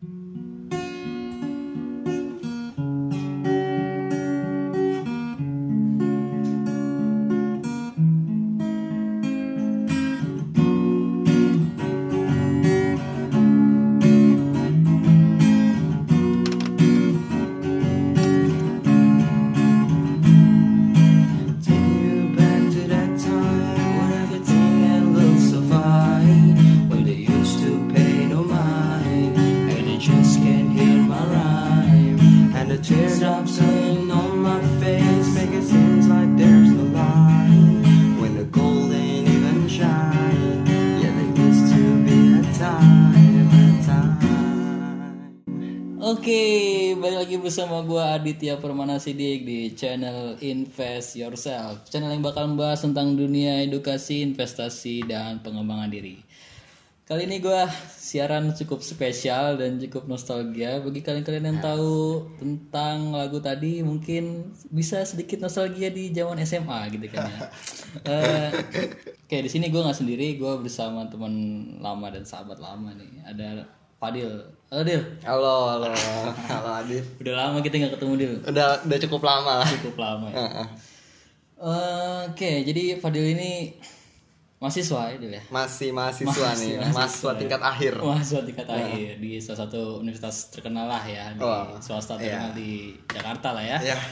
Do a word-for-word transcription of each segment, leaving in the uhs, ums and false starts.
Teardrops running on my face make it seem like there's no line when the gold ain't even shine. Yeah, there used to be a time, a time. Oke, balik lagi bersama gue Aditya Permana Sidik di channel Invest Yourself, channel yang bakal membahas tentang dunia edukasi, investasi, dan pengembangan diri. Kali ini gue siaran cukup spesial dan cukup nostalgia. Bagi kalian-kalian yang tahu tentang lagu tadi, mungkin bisa sedikit nostalgia di zaman S M A gitu kan ya. uh, Oke, di sini gue nggak sendiri, gue bersama teman lama dan sahabat lama nih. Ada Fadil. Halo Dil. Halo, halo, halo Adit. Udah lama kita nggak ketemu Dil. Udah, udah cukup lama lah. Cukup lama ya. Uh, Oke, jadi Fadil ini mahasiswa ya, Dil ya? Masih mahasiswa nih, mahasiswa, mahasiswa tingkat ya. akhir. Mahasiswa tingkat uh. akhir di salah satu universitas terkenal lah ya, di oh, swasta terkenal yeah. di Jakarta lah ya. Yeah.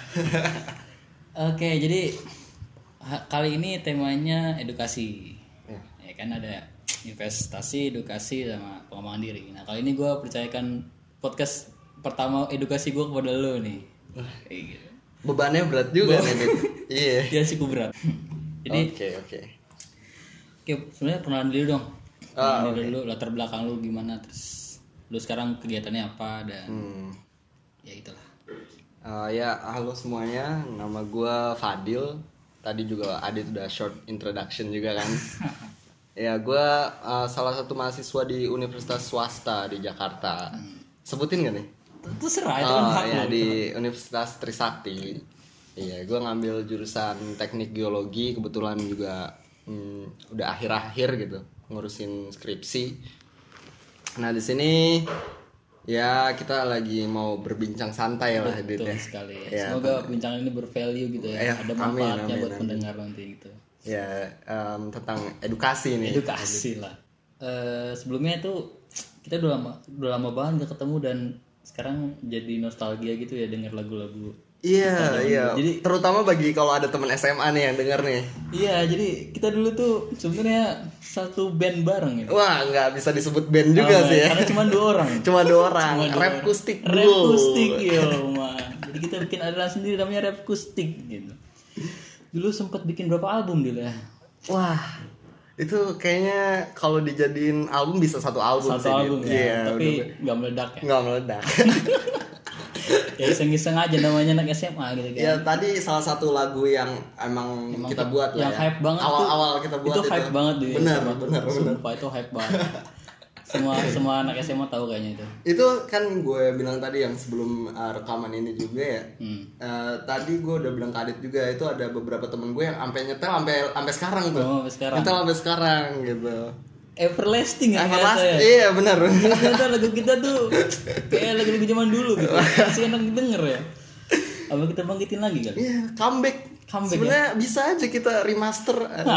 Oke, jadi ha- kali ini temanya edukasi. Yeah. Ya kan ada investasi, edukasi, sama pengembangan diri. Nah, kali ini gue percayakan podcast pertama edukasi gue kepada lo nih. Uh. Gitu. Bebannya berat juga nih. Iya. Dia cukup berat. Jadi Oke, okay, oke. Okay. Oke, sebenarnya perkenalan dulu dong. Perkenalan oh, okay. dulu, latar belakang lu gimana, terus lu sekarang kegiatannya apa dan hmm. ya itulah. Uh, ya, halo semuanya, nama gue Fadil. Tadi juga Adit udah short introduction juga kan. Ya, gue uh, salah satu mahasiswa di universitas swasta di Jakarta. Hmm. Sebutin gak nih? Itu serah itu oh, kan ya, di Universitas Trisakti. Iya, gue ngambil jurusan teknik geologi, kebetulan juga Hmm, udah akhir-akhir gitu ngurusin skripsi. Nah di sini ya kita lagi mau berbincang santai lah. Betul ya. sekali. Ya, semoga perbincangan ini bervalue gitu ya. ya Ada manfaatnya amin, amin, buat amin. pendengar nanti gitu. Ya um, tentang edukasi nih. Edukasi lah. Uh, sebelumnya tuh kita udah lama udah lama banget gak ketemu dan sekarang jadi nostalgia gitu ya dengar lagu-lagu. Iya, iya. Jadi terutama bagi kalau ada teman S M A nih yang denger nih. Iya, jadi kita dulu tuh sebenarnya satu band bareng gitu. Wah, nggak bisa disebut band juga oh, sih ya. Karena cuma dua orang. cuma dua orang. Rap kustik dulu. Rap kustik yo, mah. Jadi kita bikin aliran sendiri namanya Rap Kustik gitu. Dulu sempat bikin berapa album dulu ya? Wah, itu kayaknya kalau dijadiin album bisa satu album satu sih. album ya, yeah, tapi nggak meledak ya. Nggak meledak. Ya iseng-iseng aja namanya anak S M A gitu kan. Ya tadi salah satu lagu yang emang, emang kita buat yang lah ya. hype banget awal-awal kita buat itu. Itu hype banget tuh. Benar, benar, benar. Sumpah itu hype banget. semua semua anak S M A tahu kayaknya itu. Itu kan gue bilang tadi yang sebelum uh, rekaman ini juga ya. Hmm. Uh, tadi gue udah bilang ke Adit juga itu ada beberapa temen gue yang sampai nyetel sampai sampai sekarang tuh. Oh, sampai sekarang. Nyetel sampai sekarang gitu. Everlasting ya Everlasting, iya benar. Ternyata lagu kita tuh kayak lagu-lagu zaman dulu gitu. Masih enak denger ya. Apa kita bangkitin lagi kali? Iya, comeback. Comeback sebenarnya ya? Bisa aja kita remaster.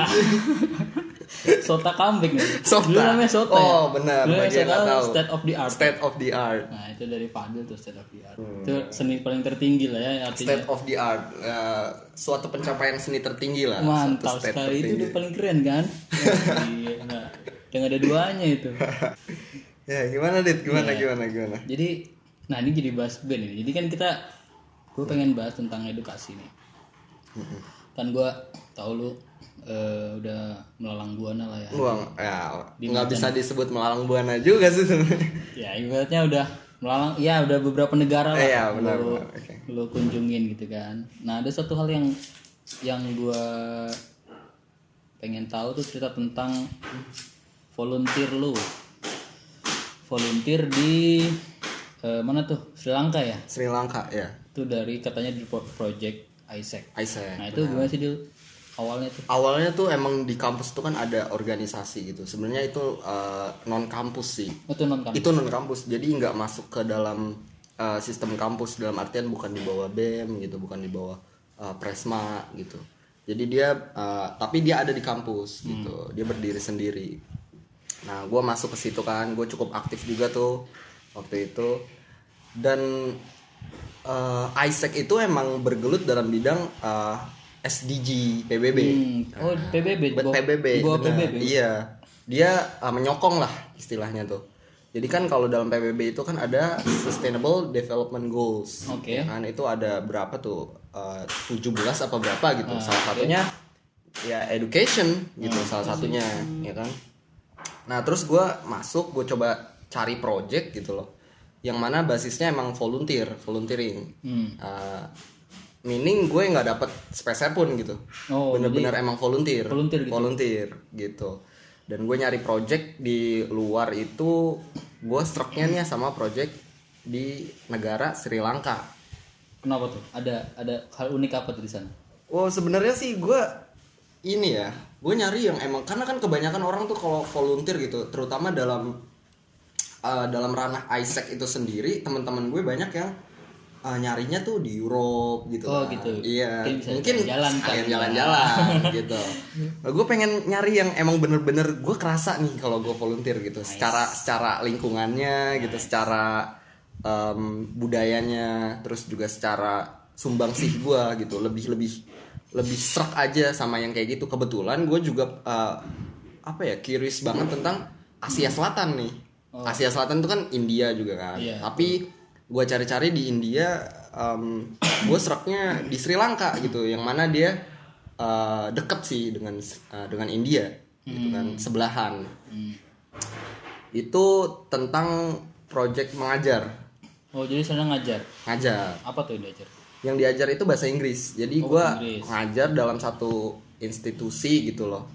Sota comeback nih. Sota. Dulu namanya Sota. Oh, ya? Benar. Dulu namanya Sota State of the Art. State of the Art. Nah, itu dari Fadil tuh State of the Art. Hmm. Itu seni paling tertinggi lah ya artinya. State of the Art. Uh, suatu pencapaian seni tertinggi lah. Mantap sekali. Itu udah paling keren kan? Iya, enggak. Yang ada duanya itu. Ya gimana Dit? Gimana ya. gimana gimana? Jadi, nah ini jadi bahas band ini. Jadi kan kita, gue pengen bahas tentang edukasi nih. Mm-hmm. Kan gue tahu lu uh, udah melalang buana lah ya. Uang, ya nggak bisa disebut melalang buana juga sih sebenarnya. Ya ibaratnya udah melalang, ya udah beberapa negara lah. Eh, ya benar. Lu, benar. Okay. lu kunjungin gitu kan. Nah ada satu hal yang yang gue pengen tahu tuh cerita tentang volunteer lu, volunteer di uh, mana tuh, Sri Lanka ya? Sri Lanka ya. Itu dari katanya di project Isaac. Isaac. Nah itu benar. Gimana sih Dil? awalnya tuh? Awalnya tuh emang di kampus tuh kan ada organisasi gitu. Sebenarnya itu uh, non kampus sih. Itu non kampus. Itu non kampus. Jadi nggak masuk ke dalam uh, sistem kampus, dalam artian bukan di bawah B E M gitu, bukan di bawah uh, Presma gitu. Jadi dia uh, tapi dia ada di kampus gitu. Hmm. Dia berdiri sendiri. Nah, gue masuk ke situ kan, gue cukup aktif juga tuh waktu itu. Dan uh, Isaac itu emang bergelut dalam bidang uh, S D G P B B. Hmm. Oh, P B B. P B B. Di bawah P B B. Iya. Dia uh, menyokong lah istilahnya tuh. Jadi kan kalau dalam P B B itu kan ada Sustainable Development Goals. Oke. Okay. Kan itu ada berapa tuh? Uh, tujuh belas apa berapa gitu. Uh, salah satunya okay. ya education gitu uh, salah satunya, ya kan. Nah, terus gue masuk, gue coba cari project gitu loh. Yang mana basisnya emang volunteer, volunteering. Hmm. Uh, meaning gue nggak dapet spesial pun gitu. Oh, bener-bener emang volunteer, volunteer gitu. volunteer gitu. Dan gue nyari project di luar itu, gue struknya nih sama project di negara Sri Lanka. Kenapa tuh? Ada ada hal unik apa tuh di sana? Oh, sebenarnya sih gue ini ya, gue nyari yang emang, karena kan kebanyakan orang tuh kalau volunteer gitu, terutama dalam uh, dalam ranah Isaac itu sendiri, teman-teman gue banyak yang Uh, nyarinya tuh di Europe gitu. Oh kan. gitu. Iya. Mungkin, mungkin jalan sekalian jalan-jalan gitu. Nah, gue pengen nyari yang emang bener-bener gue kerasa nih kalau gue volunteer gitu. Nice. Secara secara lingkungannya nice. gitu, secara um, budayanya, terus juga secara sumbangsih gue gitu. Lebih lebih lebih serak aja sama yang kayak gitu. Kebetulan gue juga uh, apa ya curious banget tentang Asia Selatan nih. Oh. Asia Selatan itu kan India juga kan. Yeah. Tapi gue cari-cari di India, um, gue seraknya di Sri Lanka gitu, yang mana dia uh, deket sih dengan uh, dengan India, gitu kan, sebelahan. Hmm. Itu tentang project mengajar. Oh, jadi sana ngajar? Ngajar. Apa tuh yang diajar? Yang diajar itu bahasa Inggris. Jadi oh, gue ngajar dalam satu institusi gitu loh.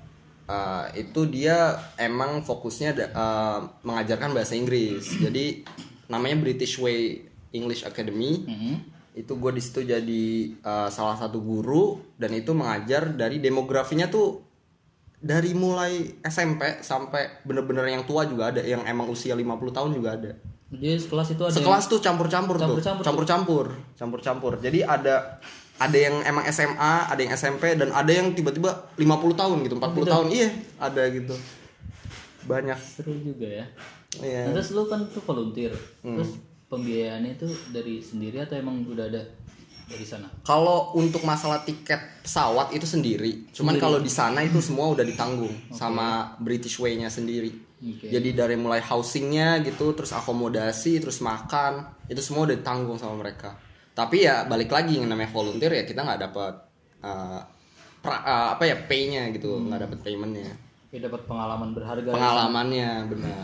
Uh, itu dia emang fokusnya uh, mengajarkan bahasa Inggris. Jadi namanya British Way English Academy. Mm-hmm. Itu gue di situ jadi uh, salah satu guru, dan itu mengajar dari demografinya tuh dari mulai S M P sampai bener-bener yang tua juga ada, yang emang usia lima puluh tahun juga ada. Jadi sekelas itu ada sekelas tuh campur-campur, campur-campur tuh campur-campur campur-campur. Jadi ada ada yang emang S M A, ada yang S M P, dan ada yang tiba-tiba lima puluh tahun gitu, empat puluh oh, gitu. tahun. Iya, ada gitu. Banyak. Seru juga ya. Yeah. Nah, terus lu kan tuh volunteer, hmm. terus pembiayaannya itu dari sendiri atau emang udah ada dari sana? Kalau untuk masalah tiket pesawat itu sendiri, cuman kalau di sana itu semua udah ditanggung okay. sama British Way-nya sendiri. Okay. Jadi dari mulai housingnya gitu, terus akomodasi, terus makan, itu semua udah ditanggung sama mereka. Tapi ya balik lagi, yang namanya volunteer ya kita nggak dapat uh, uh, apa ya pay-nya gitu, nggak hmm. dapat payment-nya. Ya dapat pengalaman berharga. Pengalamannya benar.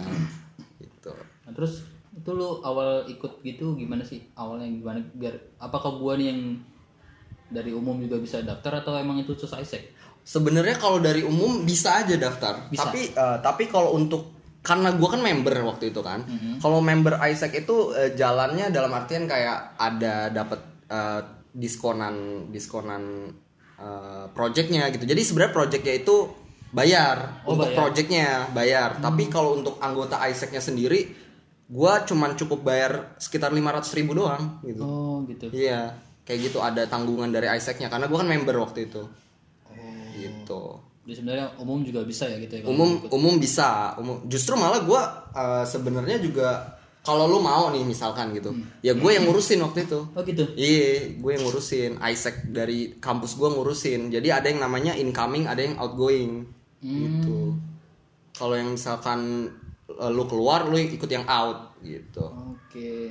Nah, terus itu lu awal ikut gitu gimana sih? Awalnya gimana biar apakah gua nih yang dari umum juga bisa daftar atau emang itu khusus Isaac? Sebenarnya kalau dari umum bisa aja daftar. Bisa. Tapi uh, tapi kalau untuk, karena gua kan member waktu itu kan. Mm-hmm. Kalau member Isaac itu uh, jalannya dalam artian kayak ada dapat uh, diskonan diskonan uh, projectnya gitu. Jadi sebenarnya projectnya itu bayar. Oh, untuk bayar. Projectnya bayar. Hmm. Tapi kalau untuk anggota Isaac-nya sendiri, gue cuman cukup bayar sekitar lima ratus ribu doang gitu. Oh gitu. Iya, kayak gitu, ada tanggungan dari Isaac-nya karena gue kan member waktu itu. Oh. Gitu. Jadi sebenarnya umum juga bisa ya gitu ya. Umum umum bisa. Umum. Justru malah gue uh, sebenarnya juga kalau lu mau nih misalkan gitu, hmm. ya gue yang ngurusin waktu itu. Oh gitu. Iya, gue yang ngurusin. Isaac dari kampus gue ngurusin. Jadi ada yang namanya incoming, ada yang outgoing. Hmm. Gitu. Kalau yang misalkan uh, lu keluar, lu ikut yang out gitu. Oke. Okay.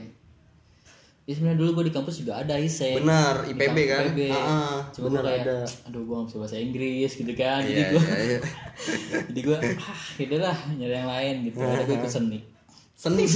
Ya sebenarnya dulu gue di kampus juga ada Isaac. Bener, I P B kan. I P B. Uh-uh, Cuma gue kayak, ada. aduh gue gak bisa bahasa Inggris gitu kan. Jadi yeah, gue, yeah, yeah. jadi gue, ah, yaudah lah nyari yang lain gitu. Ada gue ikut seni. Seni.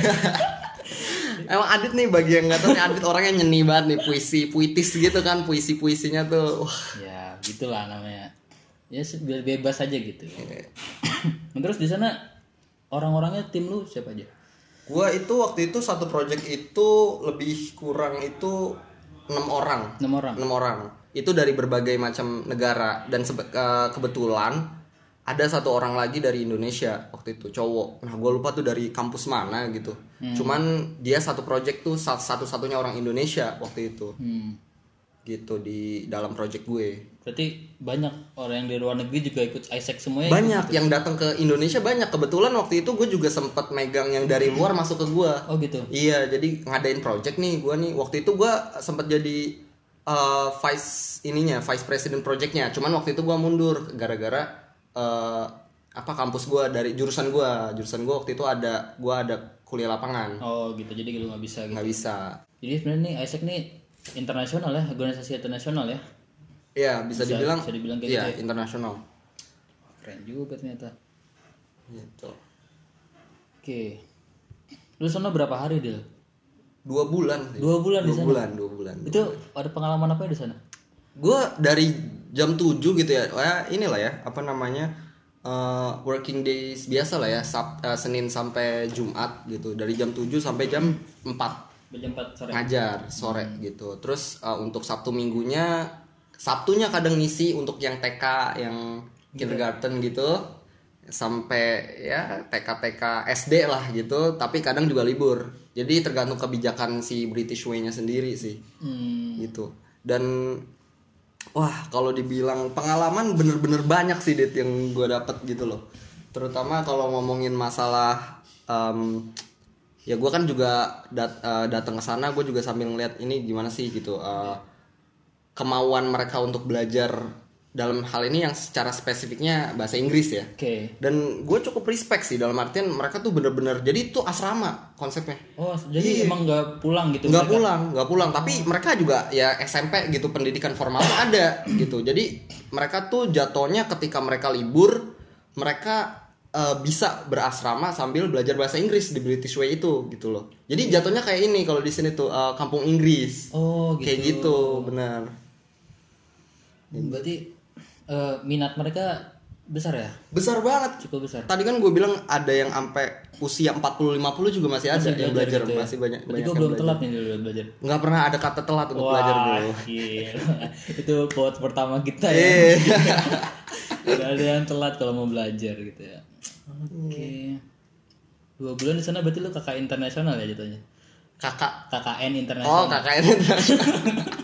Emang Adit nih, bagi yang nggak tahu nih, Adit orangnya nyeni banget nih, puisi puitis gitu kan, puisi puisinya tuh. Wah. Ya gitulah namanya. Ya biar bebas aja gitu. Yeah. Terus di sana orang-orangnya tim lu siapa aja? Gua itu waktu itu satu project itu lebih kurang itu enam orang. enam orang. enam orang. itu dari berbagai macam negara dan sebe- uh, kebetulan ada satu orang lagi dari Indonesia waktu itu cowok. Nah gue lupa tuh dari kampus mana gitu. Hmm. Cuman dia satu project tuh satu-satunya orang Indonesia waktu itu. Hmm. Gitu di dalam project gue. Berarti banyak orang yang dari luar negeri juga ikut Isaac semuanya. Banyak gitu? Yang datang ke Indonesia banyak. Kebetulan waktu itu gue juga sempat megang yang dari luar masuk ke gue. Oh gitu. Iya, jadi ngadain project nih gue nih. Waktu itu gue sempat jadi uh, vice ininya, vice president projectnya. Cuman waktu itu gue mundur gara-gara uh, apa kampus gue dari jurusan gue. Jurusan gue waktu itu ada gue ada kuliah lapangan. Oh gitu. Jadi lu nggak bisa. Gitu. Nggak bisa. Jadi sebenarnya nih Isaac nih internasional ya, organisasi internasional ya. Iya, bisa, bisa dibilang. Bisa dibilang kayak iya, gitu. Ya? Internasional. Keren juga ternyata. Gitu. Oke. Lu sana berapa hari, Dil? Dua bulan. Sih. Dua bulan dua di sana. Bulan, dua bulan. Dua Itu bulan. ada pengalaman apa ya di sana? Gue dari jam tujuh gitu ya. Ya inilah ya, apa namanya? Uh, working days biasa lah ya, Sab, uh, Senin sampai Jumat gitu. Dari jam tujuh sampai jam empat. Jam empat sore. Ngajar sore hmm. gitu. Terus uh, untuk Sabtu Minggunya Sabtunya kadang ngisi untuk yang T K, yang kindergarten gitu, sampai ya T K T K S D lah gitu. Tapi kadang juga libur. Jadi tergantung kebijakan si British Way-nya sendiri sih, hmm. gitu. Dan wah kalau dibilang pengalaman bener-bener banyak sih Dit yang gue dapet gitu loh. Terutama kalau ngomongin masalah, um, ya gue kan juga dat- uh, datang ke sana, gue juga sambil ngeliat ini gimana sih gitu. Uh, kemauan mereka untuk belajar dalam hal ini yang secara spesifiknya bahasa Inggris ya. Oke. Okay. Dan gue cukup respect sih dalam artian mereka tuh bener-bener jadi itu asrama konsepnya. Oh jadi Iyi. emang nggak pulang gitu? Nggak pulang, nggak pulang. Tapi mereka juga ya S M P gitu pendidikan formalnya ada gitu. Jadi mereka tuh jatuhnya ketika mereka libur mereka uh, bisa berasrama sambil belajar bahasa Inggris di British Way itu gitu loh. Jadi jatuhnya kayak ini kalau di sini tuh uh, kampung Inggris. Oh gitu. Kayak gitu, benar. Berarti uh, minat mereka besar ya? Besar banget. Cukup besar. Tadi kan gue bilang ada yang sampai usia empat puluh lima puluh juga masih ada masih yang belajar, gitu ya? Masih banyak. Berarti gue belum telat nih dulu belajar. Nggak pernah ada kata telat untuk Wah, belajar bro. Itu quote pertama kita ya. Gak ada yang telat kalau mau belajar gitu ya. Oke. Okay. Dua bulan di sana berarti lu kakak internasional ya jatuhnya? Kakak. K K N internasional. Oh K K N internasional.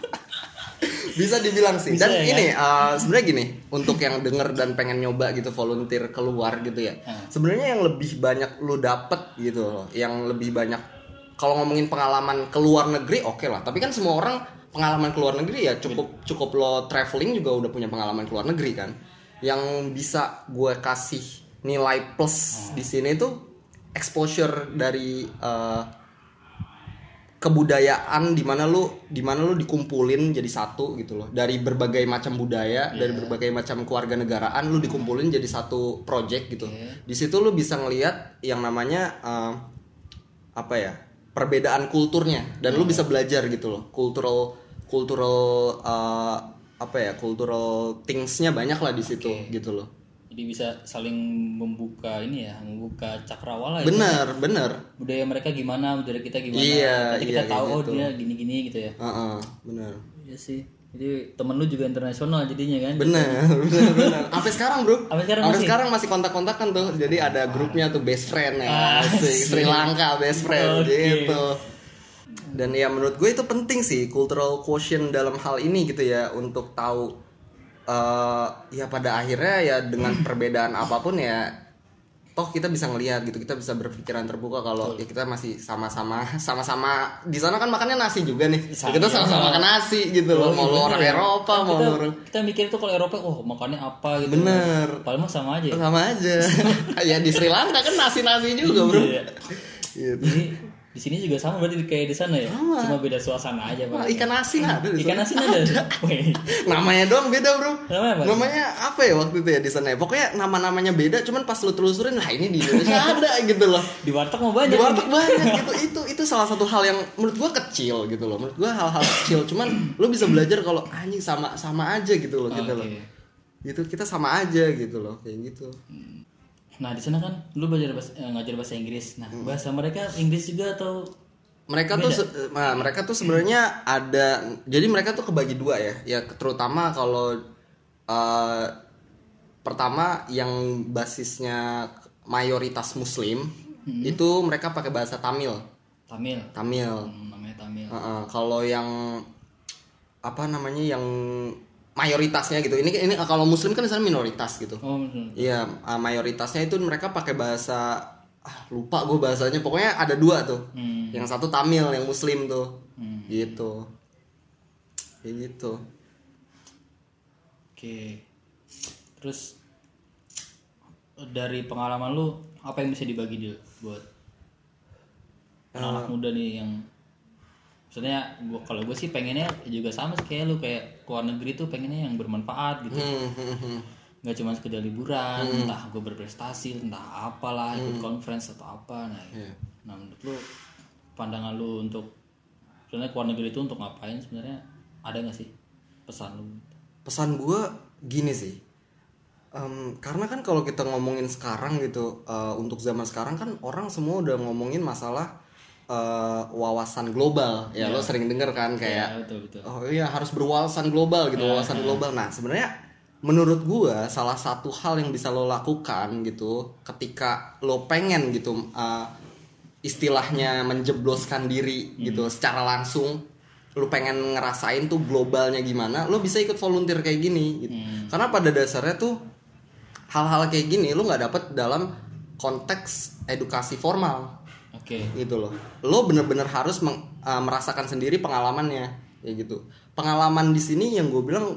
Bisa dibilang sih. Bisa, dan ya, ini kan? uh, sebenarnya gini, untuk yang denger dan pengen nyoba gitu volunteer keluar gitu ya. Hmm. Sebenarnya yang lebih banyak lu dapet gitu loh, yang lebih banyak kalau ngomongin pengalaman keluar negeri oke okay lah. Tapi kan semua orang pengalaman keluar negeri ya cukup cukup lo traveling juga udah punya pengalaman keluar negeri kan. Yang bisa gue kasih nilai plus hmm. di sini tuh exposure dari uh, kebudayaan di mana lu di mana lu dikumpulin jadi satu gitu loh, dari berbagai macam budaya, yeah. dari berbagai macam kewarganegaraan lu dikumpulin jadi satu project gitu. Yeah. Di situ lu bisa ngelihat yang namanya uh, apa ya, perbedaan kulturnya dan yeah. lu bisa belajar gitu loh, cultural cultural uh, apa ya, cultural things-nya banyak lah di situ okay. gitu loh. Jadi bisa saling membuka ini ya, membuka cakrawala. Bener, ya, bener. Budaya mereka gimana, budaya kita gimana. Iya, Nanti iya, kita tahu gitu. Oh dia gini-gini gitu ya. Uh-uh, bener. Iya sih. Jadi temen lu juga internasional jadinya kan? Bener, bener, bener. Sampai sekarang bro. Sampai sekarang, Sampai sekarang masih kontak-kontakan tuh. Jadi ada grupnya tuh best friend ya. Ah, Sri Lanka best friend okay. gitu. Dan ya menurut gue itu penting sih cultural quotient dalam hal ini gitu ya, untuk tahu. Uh, ya pada akhirnya ya dengan perbedaan apapun ya toh kita bisa ngelihat gitu, kita bisa berpikiran terbuka kalau ya kita masih sama-sama sama-sama di sana kan makannya nasi juga nih, ya kita sama-sama makan nasi gitu loh, mau lu orang Eropa kan mau kita, orang kita mikir tuh kalau Eropa oh makannya apa gitu, bener, padahal mah sama aja sama aja ya di Sri Lanka kan nasi-nasi juga bro. Iya. Gitu. Jadi di sini juga sama berarti kayak di sana ya, sama. Cuma beda suasana aja. Wah, ikan asin ada di ikan asin ada, ada. Namanya doang beda bro. Namanya apa? Namanya apa ya waktu itu ya di sana ya, pokoknya nama-namanya beda, cuman pas lu telusurin nah ini di Indonesia ada gitu loh. Di warteg mau banyak, di warteg banyak gitu. itu itu salah satu hal yang menurut gua kecil gitu loh, menurut gua hal-hal kecil cuman lu bisa belajar kalau anjing sama sama aja gitu loh gitu okay. loh gitu, kita sama aja gitu loh kayak gitu. Nah di sana kan lu belajar bahasa, eh, ngajar bahasa Inggris. Nah hmm. bahasa mereka Inggris juga atau mereka Beda. tuh se- nah, mereka tuh sebenarnya ada, jadi mereka tuh kebagi dua ya. Ya terutama kalau uh, pertama yang basisnya mayoritas muslim Hmm. itu mereka pakai bahasa Tamil. Tamil. Tamil. Hmm, namanya Tamil. Uh-uh. Kalau yang apa namanya yang mayoritasnya gitu. Ini ini kalau muslim kan misalnya minoritas gitu. Oh, betul. Iya, uh, mayoritasnya itu mereka pakai bahasa ah, lupa gue bahasanya. Pokoknya ada dua tuh. Hmm. Yang satu Tamil, yang muslim tuh. Hmm. Gitu. Kayak gitu. Oke. Terus dari pengalaman lu apa yang bisa dibagi dulu buat anak-anak muda nih yang maksudnya gua kalau gue sih pengennya juga sama sih kayak lu, kayak ke luar negeri tuh pengennya yang bermanfaat gitu. Hmm, hmm, hmm. Nggak cuma sekedar liburan, entah gue berprestasi, entah apalah ikut conference atau apa. Nah, Iya. nah menurut lu pandangan lu untuk sebenarnya ke luar negeri itu untuk ngapain sebenarnya, ada nggak sih pesan lu? Pesan gue gini sih. Em, karena kan kalau kita ngomongin sekarang gitu, eh, untuk zaman sekarang kan orang semua udah ngomongin masalah eh, wawasan global. Ya, lo sering denger kan kayak Ya, betul betul. oh iya harus berwawasan global gitu, wawasan global. Nah, sebenarnya menurut gua salah satu hal yang bisa lo lakukan gitu ketika lo pengen gitu uh, istilahnya menjebloskan diri gitu secara langsung, lo pengen ngerasain tuh globalnya gimana, lo bisa ikut volunteer kayak gini gitu. Karena pada dasarnya tuh hal-hal kayak gini lo nggak dapet dalam konteks edukasi formal. Oke. Gitu loh, lo bener-bener harus meng- uh, merasakan sendiri pengalamannya ya gitu. Pengalaman di sini yang gue bilang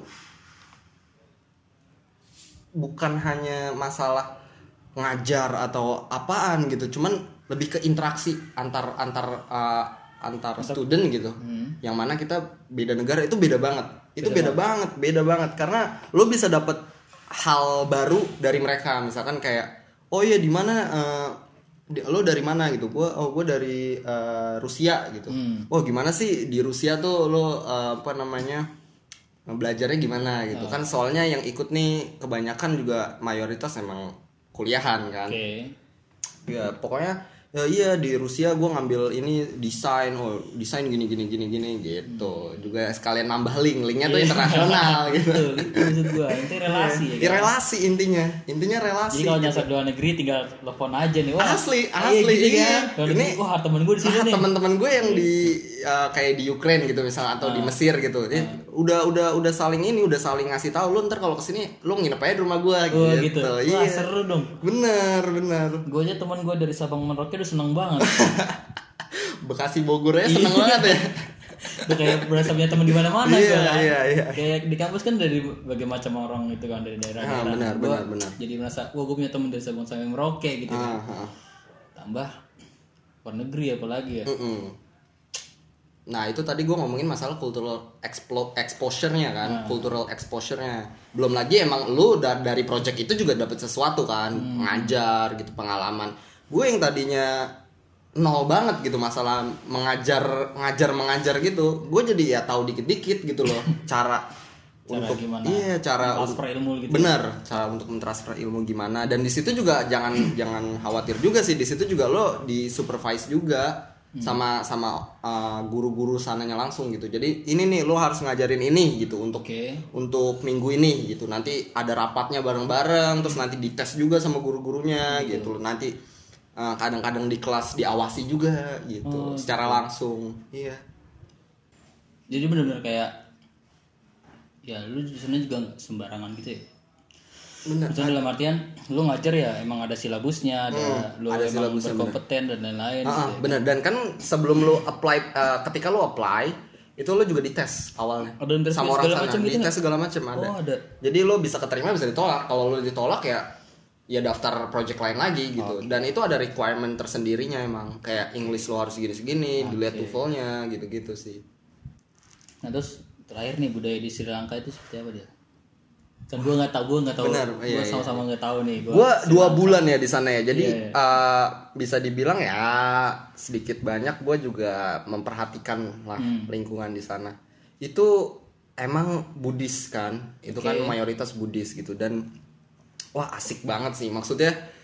bukan hanya masalah ngajar atau apaan gitu, cuman lebih ke interaksi antar antar uh, antar student gitu. Yang mana kita beda negara itu beda banget, itu beda, banget, beda banget karena lo bisa dapet hal baru dari mereka. Misalkan kayak oh iya di mana uh, di- lo dari mana gitu, gue oh gue dari uh, Rusia gitu. Hmm. Oh gimana sih di Rusia tuh lo uh, apa namanya belajarnya gimana gitu kan, soalnya yang ikut nih kebanyakan juga mayoritas emang kuliahan kan. Oke. Ya pokoknya ya iya di Rusia gue ngambil ini desain, oh desain gini gini gini gini gitu. Juga sekalian nambah link, linknya tuh internasional gitu. Betul, itu maksud gua. Itu relasi ya. Ya, kan? relasi intinya, intinya relasi. Jadi kalau nyasar luar negeri tinggal telepon aja nih. Wah, Asli, iya asli, gitu iya. kan. Luar negeri, Ini- wah temen gue di sini Nah, nih. teman-teman gue yang di uh, kayak di Ukraine gitu misalnya atau di Mesir gitu, eh, udah udah udah saling ini, udah saling ngasih tahu lu ntar kalau kesini lu nginep aja di rumah gue Oh, gitu. gitu. Wah, Iya. seru dong. Bener bener. Gue aja teman gue dari Sabang Merauke udah seneng banget. Bekasi Bogor aja seneng banget ya. Udah kayak berasa punya teman di mana-mana Iya, gua kan. iya, iya. Kayak di kampus kan dari berbagai macam orang gitu kan, dari daerah-daerah. Ah, benar, Gua benar, benar. Jadi merasa, wah gue punya teman dari Sabang sampai Merauke gitu kan. Ah, ah. Tambah luar negeri apalagi ya. Mm-mm. Nah itu tadi gue ngomongin masalah cultural explo- exposure-nya kan, cultural exposure-nya. Belum lagi emang lu da- dari project itu juga dapet sesuatu kan, ngajar gitu, pengalaman. Gue yang tadinya nol banget gitu masalah mengajar, ngajar mengajar gitu, gue jadi ya tahu dikit-dikit gitu loh cara, Cara untuk gimana iya cara transfer ilmu gitu. bener cara untuk mentransfer ilmu gimana. Dan di situ juga jangan jangan khawatir juga sih, di situ juga lo di supervise juga sama sama uh, guru-guru sananya langsung gitu. Jadi ini nih lo harus ngajarin ini gitu untuk Oke. untuk minggu ini gitu. Nanti ada rapatnya bareng-bareng, terus nanti dites juga sama guru-gurunya gitu. Nanti uh, kadang-kadang di kelas diawasi juga gitu, Oh, secara langsung. Iya. Jadi benar-benar kayak ya lu sebenarnya juga nggak sembarangan gitu ya. Bener. Maksudnya dalam artian lu ngajar ya emang ada silabusnya, ada lu ada emang silabusnya, berkompeten dan lain-lain. Ah, gitu ah, ya. bener. Dan kan sebelum lo apply, uh, ketika lo apply itu lo juga dites awalnya Ada tes sama orang segala sana, macam gitu dites nggak? segala macam ada. Oh, ada. Jadi lo bisa keterima bisa ditolak. Kalau lo ditolak ya ya daftar project lain lagi gitu. Dan itu ada requirement tersendirinya emang. Kayak English lo harus segini-segini, dilihat TOEFL-nya gitu-gitu sih. Nah terus terakhir nih, budaya di Sri Lanka itu seperti apa dia? Kan gue nggak tahu, gue nggak tahu, Benar, gue iya, iya. sama-sama nggak tahu nih. Gua Gua dua bulan ya di sana ya. Jadi Iya, iya. uh, bisa dibilang ya sedikit banyak gue juga memperhatikan lah Hmm. lingkungan di sana. Itu emang Buddhis kan, itu Oke. kan mayoritas Buddhis gitu. Dan wah asik banget sih, maksudnya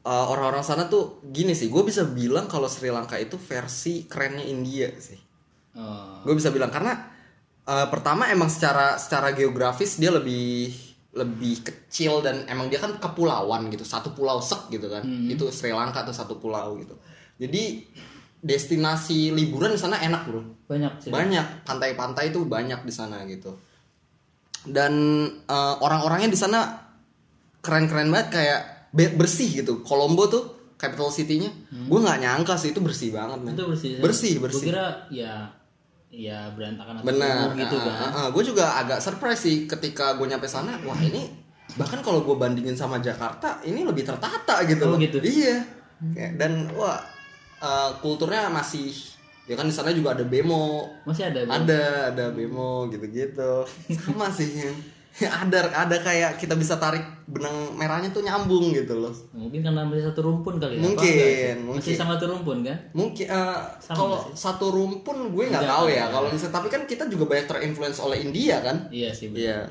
uh, orang-orang sana tuh gini sih, gue bisa bilang kalau Sri Lanka itu versi kerennya India sih. Oh. Gue bisa bilang karena uh, pertama emang secara secara geografis dia lebih lebih kecil dan emang dia kan kepulauan gitu, satu pulau sek gitu kan. Hmm. Itu Sri Lanka tuh satu pulau gitu. Jadi destinasi liburan di sana enak bro. Banyak sih. Banyak pantai-pantai itu banyak di sana gitu. Dan uh, orang-orangnya di sana keren-keren banget kayak bersih gitu. Colombo tuh capital city-nya. Hmm. Gue nggak nyangka sih itu bersih banget man. Itu bersih. Bersih, bersih. Gue kira ya ya berantakan atau bener gitu kan. Uh, uh, uh. Gue juga agak surprise sih ketika gue nyampe sana. Wah ini bahkan kalau gue bandingin sama Jakarta ini lebih tertata gitu. Oh, gitu. Iya. Dan wah uh, kulturnya masih ya kan di sana juga ada bemo. Masih ada. Bemo. Ada ada bemo gitu-gitu. Sama sih. ada ada kayak kita bisa tarik benang merahnya tuh nyambung gitu loh. Mungkin karena masih satu rumpun kali ya. Mungkin, mungkin. Masih sama satu rumpun kan? Mungkin uh, kalau satu rumpun gue nggak tahu ya. Kalau misalnya tapi kan kita juga banyak terinfluence oleh India kan? Iya sih. Iya.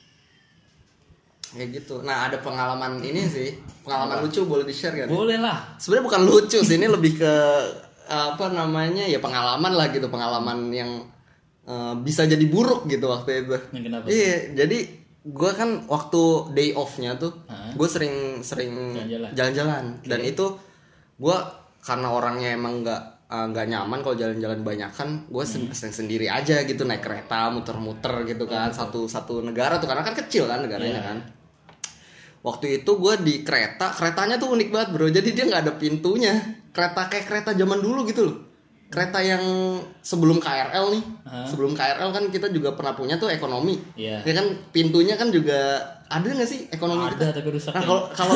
Kayak gitu. Nah ada pengalaman ini sih, pengalaman lucu boleh di share kan? Boleh lah. Sebenarnya bukan lucu sih, ini lebih ke apa namanya ya pengalaman lah gitu, pengalaman yang Uh, bisa jadi buruk gitu waktu itu. Kenapa? Iya, jadi gue kan waktu day off-nya tuh, gue sering sering jalan-jalan, jalan-jalan. Okay. Dan itu gue karena orangnya emang nggak nggak uh, nyaman kalau jalan-jalan banyakan, gue hmm. sering sendiri aja gitu naik kereta muter-muter gitu kan, oh, satu satu negara tuh karena kan kecil kan negaranya yeah. kan. Waktu itu gue di kereta, keretanya tuh unik banget bro, jadi dia nggak ada pintunya, kereta kayak kereta zaman dulu gitu loh. Kereta yang sebelum K R L nih, uh. sebelum K R L kan kita juga pernah punya tuh ekonomi, yeah. ya kan pintunya kan juga ada nggak sih ekonomi ada, kita? Tapi rusak. Nah kalau kalau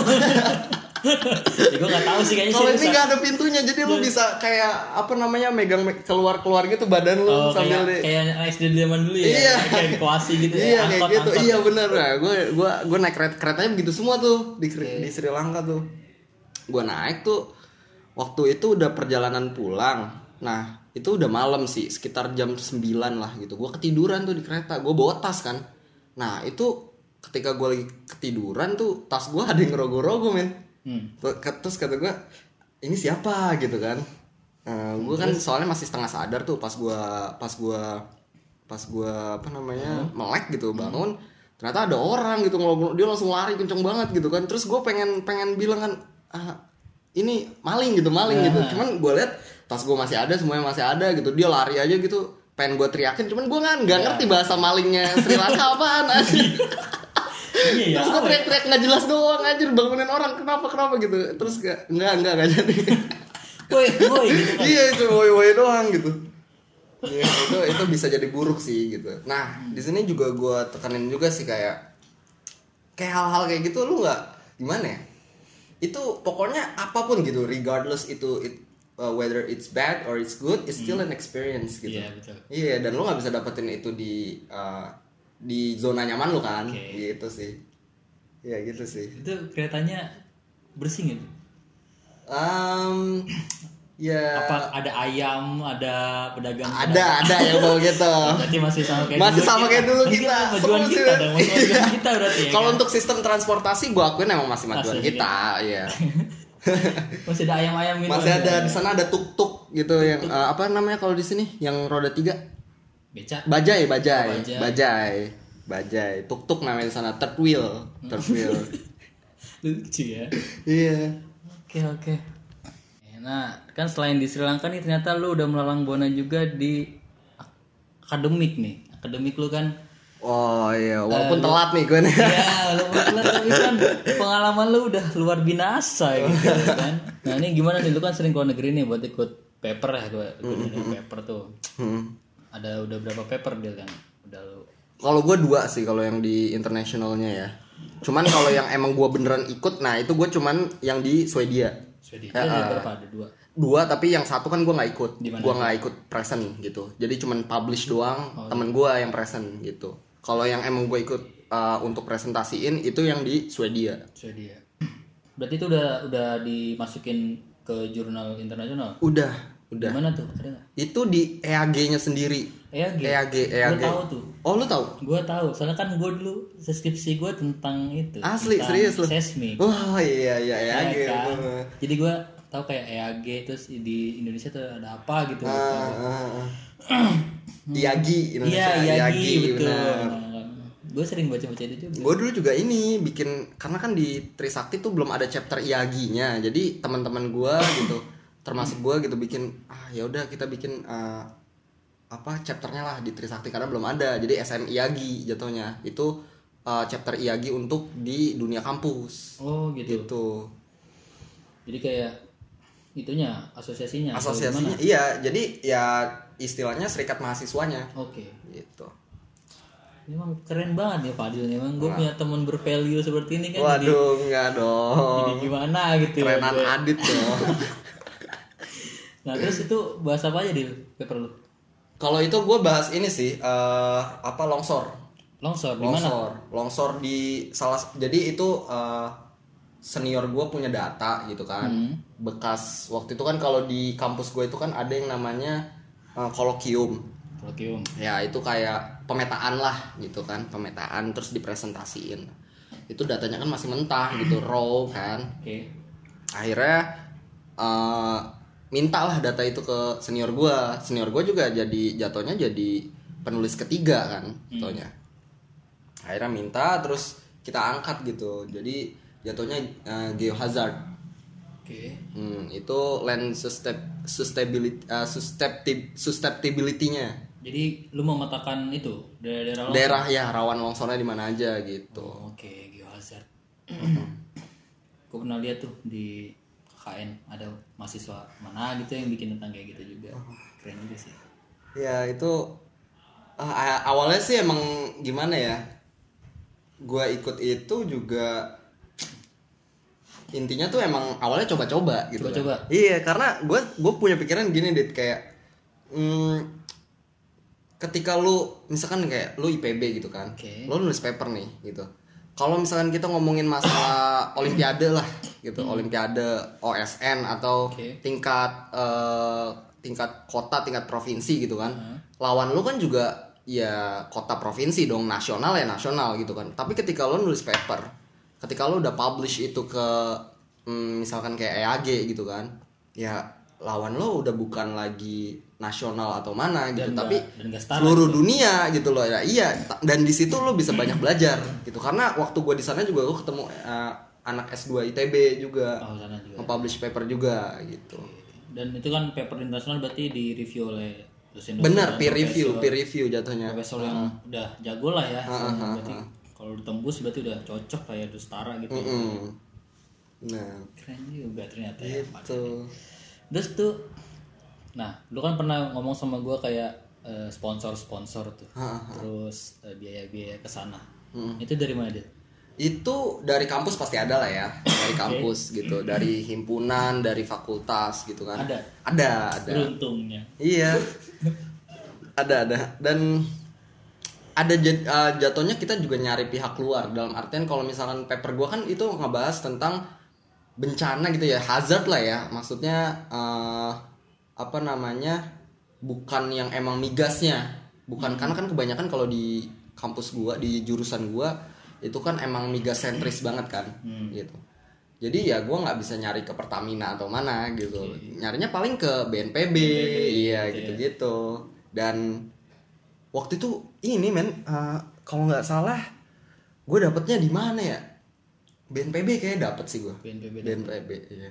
ya, gue nggak tahu sih kayaknya. Kalau ini nggak ada pintunya, jadi lu bisa kayak apa namanya megang keluar keluar gitu badan lu oh, sambil kayak, di... kayak S D zaman dulu ya, iya. kayak koasi gitu. Iya ya, kayak angkot, gitu, angkot. iya benar lah. Gue gue gue naik kereta keretanya begitu semua tuh di okay. di Sri Lanka tuh. Gue naik tuh waktu itu udah perjalanan pulang. Nah itu udah malam sih, sekitar jam sembilan lah gitu. Gue ketiduran tuh di kereta, gue bawa tas kan. Nah itu ketika gue lagi ketiduran tuh tas gue ada yang ngerogoh-rogoh men. Hmm. Terus kata gue, ini siapa gitu kan. Nah, gue kan soalnya masih setengah sadar tuh pas gue pas gue pas gue apa namanya hmm. melek gitu bangun. Hmm. Ternyata ada orang gitu ngerogoh, dia langsung lari kenceng banget gitu kan. Terus gue pengen pengen bilang kan, ah, ini maling gitu maling hmm. gitu. Cuman gue lihat tas gue masih ada, semuanya masih ada gitu. Dia lari aja gitu, pengen gue teriakin, cuman gue kan nggak ngerti bahasa malingnya Sri Lanka apaan aja. Iya, terus gue teriak-teriak nggak jelas doang aja, bangunin orang kenapa kenapa gitu. Terus gak nggak nggak nggak jadi. Woi woi gitu kan. Iya itu woi woi doang gitu. Ya, itu itu bisa jadi buruk sih gitu. Nah di sini juga gue tekanin juga sih kayak kayak hal-hal kayak gitu lu nggak gimana ya? Itu pokoknya apapun gitu, regardless itu it, Uh, whether it's bad or it's good, it's still hmm. an experience gitu. Iya yeah, betul. Iya yeah, dan lo nggak bisa dapetin itu di uh, di zona nyaman lo kan, okay. gitu sih. Iya yeah, gitu sih. Itu keretanya bersih nggak? Um, ya. Yeah. Apa ada ayam, ada pedagang? Ada pedagang. ada yang bawa gitu. Berarti masih sama kayak masih dulu. Sama kayak dulu kita. Majuan kita dong, majuan kita berarti. Ya, kalau kan? untuk sistem transportasi, gua akuin emang masih majuan masih, kita, ya. Masih ada ayam-ayam gitu. Masih ada di sana ada tuk-tuk gitu tuk-tuk. yang uh, apa namanya kalau di sini yang roda tiga? Beca. Bajai, bajai. Oh, bajai. Bajai. Bajai. Tuk-tuk namanya di sana, third wheel, third wheel. Lucu ya. Iya. Oke, oke. Nah, kan selain di Sri Lanka nih ternyata lu udah melalang buana juga di akademik nih. Akademik lu kan. Oh iya, walaupun uh, telat nih gue nih. Iya, walaupun telat tapi kan pengalaman lu udah luar binasa gitu kan. Nah ini gimana nih, lu kan sering keluar negeri nih buat ikut paper ya, gue ikut mm-hmm. paper tuh. Mm-hmm. Ada udah berapa paper dia kan? Udah lu. Kalau gue dua sih kalau yang di internasionalnya ya. Cuman kalau yang emang gue beneran ikut, nah itu gue cuman yang di Swedia. Swedia. Ya, ada uh, berapa? Ada dua. Dua tapi yang satu kan gue nggak ikut. Gue nggak ikut present gitu. Jadi cuman publish doang. Oh, temen gue yang present gitu. Kalau yang emang gue ikut uh, untuk presentasiin itu yang di Swedia. Swedia. Berarti itu udah udah dimasukin ke jurnal internasional? Udah, udah. Gimana tuh? Ada nggak? Itu di E A G-nya sendiri. E E A G. E A G, E A G. Gue tahu tuh. Oh, lu tahu? Gue tahu. Soalnya kan gue dulu skripsi gue tentang itu. Asli, tentang serius lu? seismik. Wah, iya iya E A G. Ya, kan? Uh. Jadi gue tahu kayak E A G terus di Indonesia tuh ada apa gitu. Uh, uh, uh. I A G Indonesia. Iya, I A G, betul. Benar. Gue sering baca-baca itu juga. Gue dulu juga ini bikin, karena kan di Trisakti tuh belum ada chapter I A G-nya. Jadi teman-teman gue gitu, termasuk gue gitu bikin, ah ya udah kita bikin uh, apa chapternya lah di Trisakti karena belum ada. Jadi S M I A G jatuhnya. Itu uh, chapter I A G untuk di dunia kampus. Oh, gitu. Gitu. Jadi kayak itunya, asosiasinya. atau Asosiasinya gimana? iya. Jadi ya istilahnya serikat mahasiswanya. Oke. Gitu. Memang keren banget ya Fadil. Memang gue Nah. punya teman bervalue seperti ini kan. Waduh, enggak Jadi, dong. jadi gimana gitu ya. Kerenan gue. Adit dong. Nah terus itu bahas apa aja di paper lu? Kalau itu gue bahas ini sih eh, apa longsor. Longsor di mana? Longsor. Longsor di salah, jadi itu eh, senior gue punya data gitu kan. Hmm. Bekas waktu itu kan kalau di kampus gue itu kan ada yang namanya eh, kolokium. Kolokium. Ya itu kayak pemetaan lah gitu kan, pemetaan terus dipresentasiin. Itu datanya kan masih mentah gitu, raw kan. Oke. Akhirnya uh, minta lah data itu ke senior gue. Senior gue juga jadi jatuhnya jadi penulis ketiga kan jatuhnya. Akhirnya minta terus kita angkat gitu. Jadi jatuhnya uh, geohazard. Oke. Hmm, itu land sustain- sustainability uh, susceptib- susceptibility-nya. Jadi lu mau memetakan itu daerah-daerah longsor? Daerah ya rawan longsornya di mana aja gitu. Oh, oke, geohazard. Gue pernah lihat tuh di K K N ada mahasiswa mana gitu yang bikin tentang kayak gitu juga. Keren juga sih. Ya itu uh, awalnya sih emang gimana ya? Gua ikut itu juga intinya tuh emang awalnya coba-coba gitu. Coba-coba. Kan. Iya, karena gue gue punya pikiran gini dit kayak hmm, ketika lu misalkan kayak lu I P B gitu kan, okay. lu nulis paper nih gitu. Kalau misalkan kita ngomongin masalah olimpiade lah gitu, hmm. olimpiade O S N atau okay. tingkat uh, tingkat kota, tingkat provinsi gitu kan, hmm. lawan lu kan juga ya kota provinsi dong, nasional ya nasional gitu kan. Tapi ketika lu nulis paper, ketika lu udah publish itu ke hmm, misalkan kayak E A G gitu kan, ya lawan lo udah bukan lagi nasional atau mana gitu, dan tapi gak, seluruh gitu. Dunia gitu loh ya. Iya, dan di situ lo bisa banyak belajar gitu. Karena waktu gue di sana juga gue ketemu uh, anak S dua I T B juga, oh, juga. Nge-publish paper juga gitu. Dan itu kan paper internasional berarti di review oleh dosen-dosen. Bener, peer review, peer review jatuhnya. Profesor uh-huh. yang udah jago lah ya. Uh-huh. Berarti uh-huh. kalau ditembus berarti udah cocok kayak udah setara gitu. Uh-huh. Nah, keren juga ternyata gitu. Ya. Terus tuh, nah, lu kan pernah ngomong sama gue kayak uh, sponsor-sponsor tuh, ha, ha. terus uh, biaya-biaya kesana. Hmm. Itu dari mana dia? Itu dari kampus pasti ada lah ya, dari kampus okay. gitu, dari himpunan, dari fakultas gitu kan. Ada. Ada, ada. Beruntungnya. Iya. ada, ada. Dan ada uh, jatuhnya kita juga nyari pihak luar. Dalam artian kalau misalkan paper gue kan itu ngebahas tentang bencana gitu ya, hazard lah ya, maksudnya uh, apa namanya, bukan yang emang migasnya, bukan hmm. karena kan kebanyakan kalau di kampus gua, di jurusan gua itu kan emang migas sentris banget kan, hmm. gitu. Jadi ya gua nggak bisa nyari ke Pertamina atau mana gitu, okay. nyarinya paling ke B N P B, iya gitu-gitu. Dan waktu itu ini men, uh, kalau nggak salah, gue dapetnya di mana ya? B N P B kayaknya dapet sih gue. B N P B. B N P B, iya.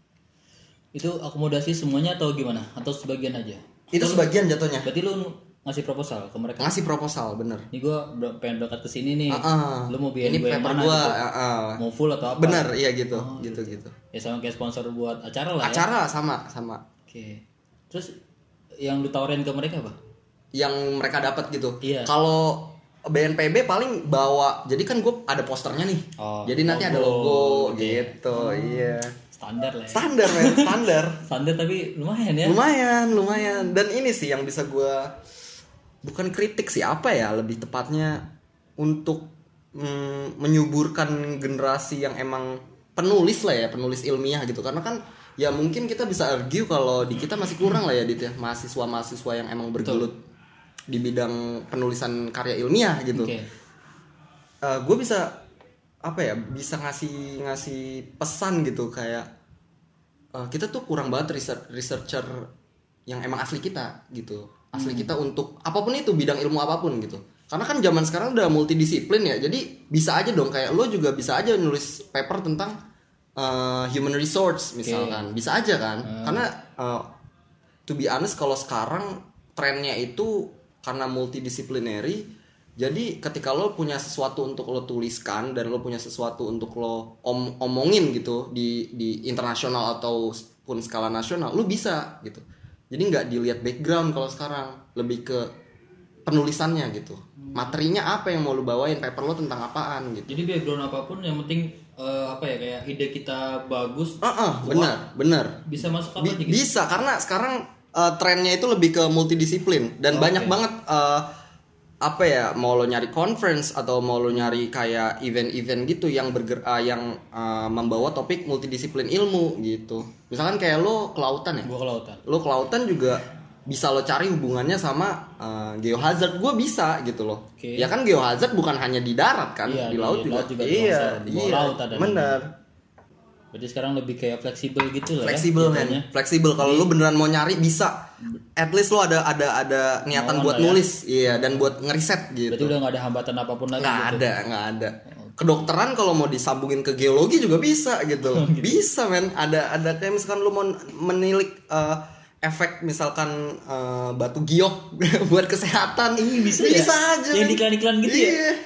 Itu akomodasi semuanya atau gimana? Atau sebagian aja? Itu atau sebagian jatuhnya. Berarti lu ngasih proposal ke mereka? Ngasih proposal, bener. Ini gue pengen berangkat ke sini nih. Uh-uh. Lu mau biayain ini gue yang mana? Gua, gitu? uh-uh. Mau full atau apa? Bener, iya gitu, oh, gitu, gitu. Ya sama kayak sponsor buat acara lah. Acara ya? sama, sama. Oke. Okay. Terus yang lu tawarin ke mereka apa? Yang mereka dapat gitu. Iya. Kalau B N P B paling bawa, jadi kan gue ada posternya nih. Oh, jadi nanti logo, ada logo gitu, gitu. Oh, iya. Standar lah ya. Standar men, standar. Standar tapi lumayan ya. Lumayan, lumayan. Dan ini sih yang bisa gue, bukan kritik sih, apa ya lebih tepatnya untuk mm, menyuburkan generasi yang emang penulis lah ya, penulis ilmiah gitu. Karena kan ya mungkin kita bisa argue kalau di kita masih kurang lah ya Dit ya, mahasiswa-mahasiswa yang emang bergelut. Betul. di bidang penulisan karya ilmiah gitu. Oke. Uh, gue bisa apa ya bisa ngasih ngasih pesan gitu kayak uh, kita tuh kurang banget research, researcher yang emang asli kita gitu asli hmm. kita untuk apapun itu bidang ilmu apapun gitu karena kan zaman sekarang udah multidisiplin ya jadi bisa aja dong kayak lo juga bisa aja nulis paper tentang uh, human resource misalkan okay. bisa aja kan hmm. karena uh, to be honest kalau sekarang trennya itu karena multidisciplinary. Jadi ketika lo punya sesuatu untuk lo tuliskan dan lo punya sesuatu untuk lo om- omongin gitu di di internasional ataupun skala nasional, lo bisa gitu. Jadi nggak dilihat background kalau sekarang, lebih ke penulisannya gitu. Materinya apa yang mau lo bawain, paper lo tentang apaan gitu. Jadi background apapun yang penting uh, apa ya kayak ide kita bagus. Uh uh, benar, benar. Bisa masuk apa Bi- aja gitu. Bisa karena sekarang uh, trennya itu lebih ke multidisiplin dan oh, banyak okay. banget. Uh, apa ya mau lo nyari conference atau mau lo nyari kayak event-event gitu yang berger uh, yang uh, membawa topik multidisiplin ilmu gitu misalkan kayak lo kelautan ya gua kelautan lo kelautan juga bisa lo cari hubungannya sama uh, geohazard gue bisa gitu loh okay. Ya kan geohazard bukan hanya di darat kan iya, di laut di juga, laut juga iya iya laut bener. Berarti sekarang lebih kayak fleksibel gitu lah fleksibel ya, men. Fleksibel kalau lu beneran mau nyari bisa. At least lu ada ada ada niatan buat nulis, ya. Iya, dan buat ngeriset gitu. Berarti udah enggak ada hambatan apapun lagi nggak gitu. ada, nggak ada. Kedokteran kalau mau disambungin ke geologi juga bisa gitu. gitu. Bisa, men. Ada ada kayak misalkan lu mau menilik uh, efek misalkan uh, batu giok buat kesehatan. Iya, bisa, bisa ya? aja. Yang iklan-iklan gitu iya. ya.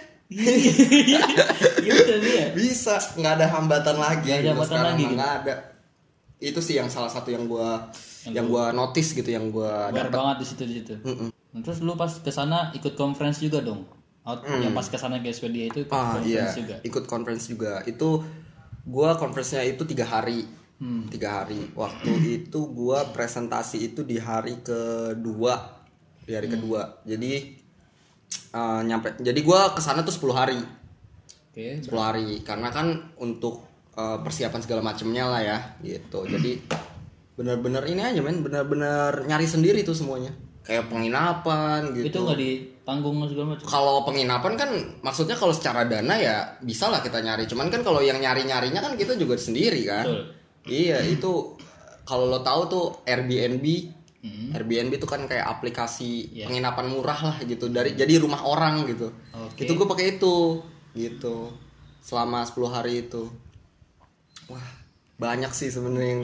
Iya ya. Bisa, nggak ada hambatan lagi. Nggak ada hambatan lagi. Gitu. Nggak ada. Itu sih yang salah satu yang gua yang, yang gua notice gitu, yang gua dapat banget di situ di situ. Terus lu pas kesana ikut conference juga dong. Out, mm. Yang pas kesana ke Swedia itu ikut ah, conference iya. juga. Ikut conference juga. Itu gua conference-nya itu tiga hari. Hmm. Tiga hari. Waktu itu gua presentasi itu di hari kedua. Di hari hmm. kedua. Jadi Uh, nyampe jadi gue kesana tuh sepuluh hari okay, sepuluh hari karena kan untuk uh, persiapan segala macamnya lah ya gitu jadi benar-benar ini aja men benar-benar nyari sendiri tuh semuanya kayak penginapan gitu itu nggak ditanggung segala macam kalau penginapan kan maksudnya kalau secara dana ya bisa lah kita nyari cuman kan kalau yang nyari-nyarinya kan kita juga sendiri kan. Betul. Iya itu kalau lo tahu tuh Airbnb Mm-hmm. Airbnb itu kan kayak aplikasi yeah. penginapan murah lah gitu dari jadi rumah orang gitu. Okay. Itu gue pakai itu gitu selama sepuluh hari itu. Wah, banyak sih sebenarnya yang,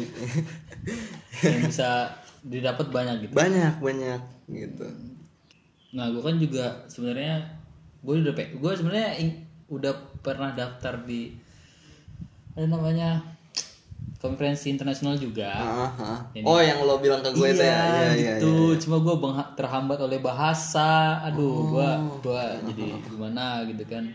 yang bisa didapat banyak gitu. Banyak, banyak gitu. Nah, gue kan juga sebenarnya gue udah gue sebenarnya udah pernah daftar di ada namanya konferensi internasional juga. Uh-huh. Oh, yang lo bilang ke gue iya, itu ya. Iya, gitu. Iya, iya. Cuma gue beng- terhambat oleh bahasa. Aduh, oh. gue gue jadi gimana gitu kan.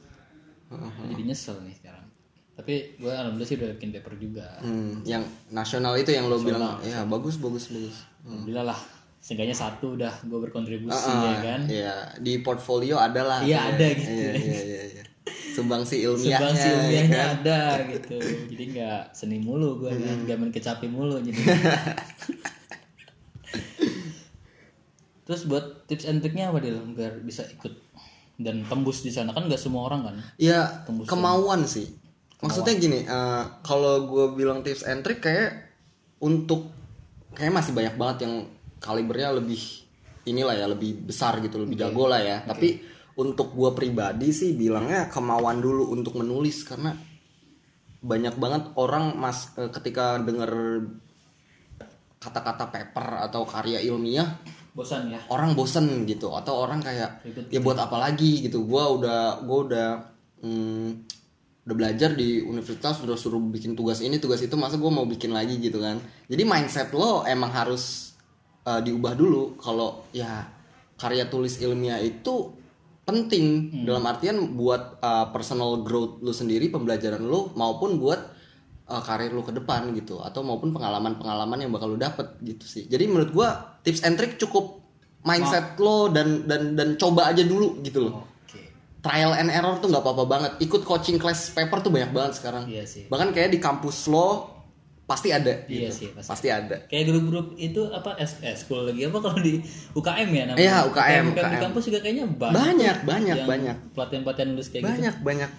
Uh-huh. Jadi nyesel nih sekarang. Tapi gue alhamdulillah sih udah bikin paper juga. Hmm, yang nasional itu yang lo nasional. bilang, ya bagus, bagus, bagus. Hmm. Alhamdulillah lah. Seenggaknya satu udah gue berkontribusi uh-uh, ya kan. Iya, di portfolio ada lah. Iya, ada gitu. Iya, iya, iya, iya. Sumbangsi ilmiahnya, Sumbangsi ilmiahnya ya kan? ada gitu. Jadi nggak seni mulu gue kan, nggak main kecapi mulu jadi. Terus buat tips and triknya apa Dil biar bisa ikut dan tembus di sana kan nggak semua orang kan? Iya, kemauan sana. Sih. Maksudnya kemauan. Gini, uh, kalau gue bilang tips and trick kayak untuk kayak masih banyak banget yang kalibernya lebih inilah ya lebih besar gitu, lebih okay. jago lah ya. Okay. Tapi untuk gue pribadi sih bilangnya kemauan dulu untuk menulis karena banyak banget orang mas ketika denger kata-kata paper atau karya ilmiah bosan ya orang bosan gitu atau orang kayak Ribet ya buat apa lagi gitu gue udah gue udah hmm, udah belajar di universitas udah suruh bikin tugas ini tugas itu masa gue mau bikin lagi gitu kan jadi mindset lo emang harus uh, diubah dulu kalau ya karya tulis ilmiah itu penting hmm. dalam artian buat uh, personal growth lu sendiri, pembelajaran lu maupun buat uh, karir lu ke depan gitu atau maupun pengalaman-pengalaman yang bakal lu dapet gitu sih. Jadi menurut gua tips and trick cukup mindset oh. lo dan dan dan coba aja dulu gitu loh. Okay. Trial and error tuh nggak apa-apa banget. Ikut coaching class paper tuh banyak banget sekarang. Iya sih. Bahkan kayak di kampus lo pasti ada Iya gitu. sih, pasti. Pasti ada. Kayak grup-grup itu apa S eh, school lagi apa kalau di U K M ya namanya? Iya, U K M, U K M, U K M. di kampus juga kayaknya banyak. Banyak, tuh banyak, yang banyak. Pelatihan-pelatihan nulis kayak Banyak, gitu. banyak.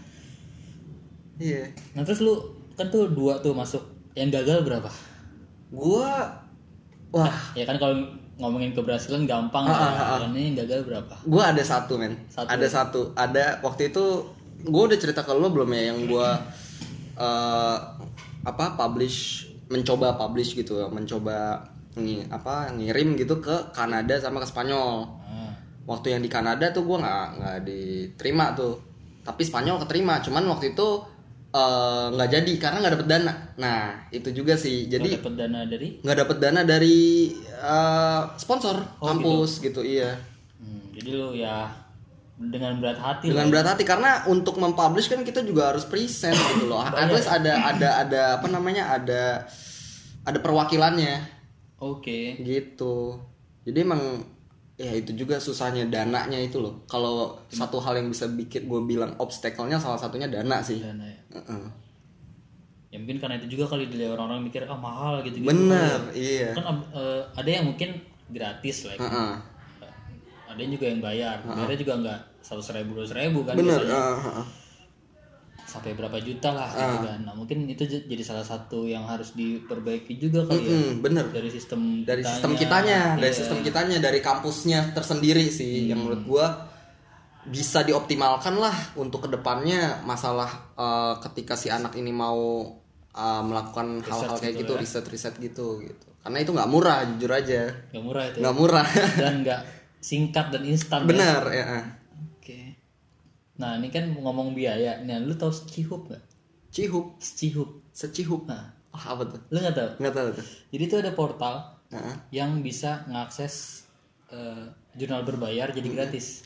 Iya. Nah, terus lu kan tuh dua tuh masuk. Yang gagal berapa? Gua wah, Ya kan kalau ngomongin keberhasilan gampang Ah, lah. ah, ah. Kan ini yang gagal berapa? gua ada satu men. Satu. Ada satu. Ada waktu itu gua udah cerita ke lo belum ya yang gua eh, apa publish mencoba publish gitu, mencoba ngi, apa ngirim gitu ke Kanada sama ke Spanyol. Ah. Waktu yang di Kanada tuh gue nggak nggak diterima tuh, tapi Spanyol keterima. Cuman waktu itu eh, nggak jadi karena nggak dapet dana. Nah itu juga sih. Jadi Nggak dapet dana dari? nggak dapet dana dari eh, sponsor Oh, kampus gitu. Iya. Hmm, jadi lu ya dengan berat hati. Dengan lah. berat hati karena untuk mempublish kan kita juga harus present gitu loh. At least ada ada ada apa namanya ada ada perwakilannya. Oke. Gitu. Jadi emang ya itu juga susahnya dananya itu loh. Kalau satu hal yang bisa bikin gue bilang obstacle-nya salah satunya dana sih. Dana ya. Heeh. Ya mungkin karena itu juga kali dilihat orang-orang mikir ah mahal gitu gitu. Bener, iya. Kan eh, ada yang mungkin gratis lah. Kan. Heeh. Ada yang juga yang bayar. Bayarnya juga nggak seratus ribu dua ribu kan. Bener. biasanya. heeh, heeh. Sampai berapa juta lah gitu kan. Nah mungkin itu j- jadi salah satu yang harus diperbaiki juga kali ya. Mm, bener. Dari sistem Dari kitanya. sistem kitanya, dari Iya. sistem kitanya, dari kampusnya tersendiri sih yang menurut gue bisa dioptimalkan lah untuk kedepannya masalah eh, ketika si anak ini mau eh, melakukan hal-hal kayak gitu, gitu ya. riset-riset gitu gitu. Karena itu nggak murah, jujur aja, Nggak murah itu. nggak murah. Dan nggak singkat dan instan. Bener ya. Ya? Oke. Nah ini kan ngomong biaya. Nah lu tahu Cihup nggak? Cihup, Cihup. secihub. Nah, Ah, apa tuh? lu nggak tahu? Nggak tahu tuh. Jadi itu ada portal Heeh. yang bisa ngakses eh, jurnal berbayar jadi gratis.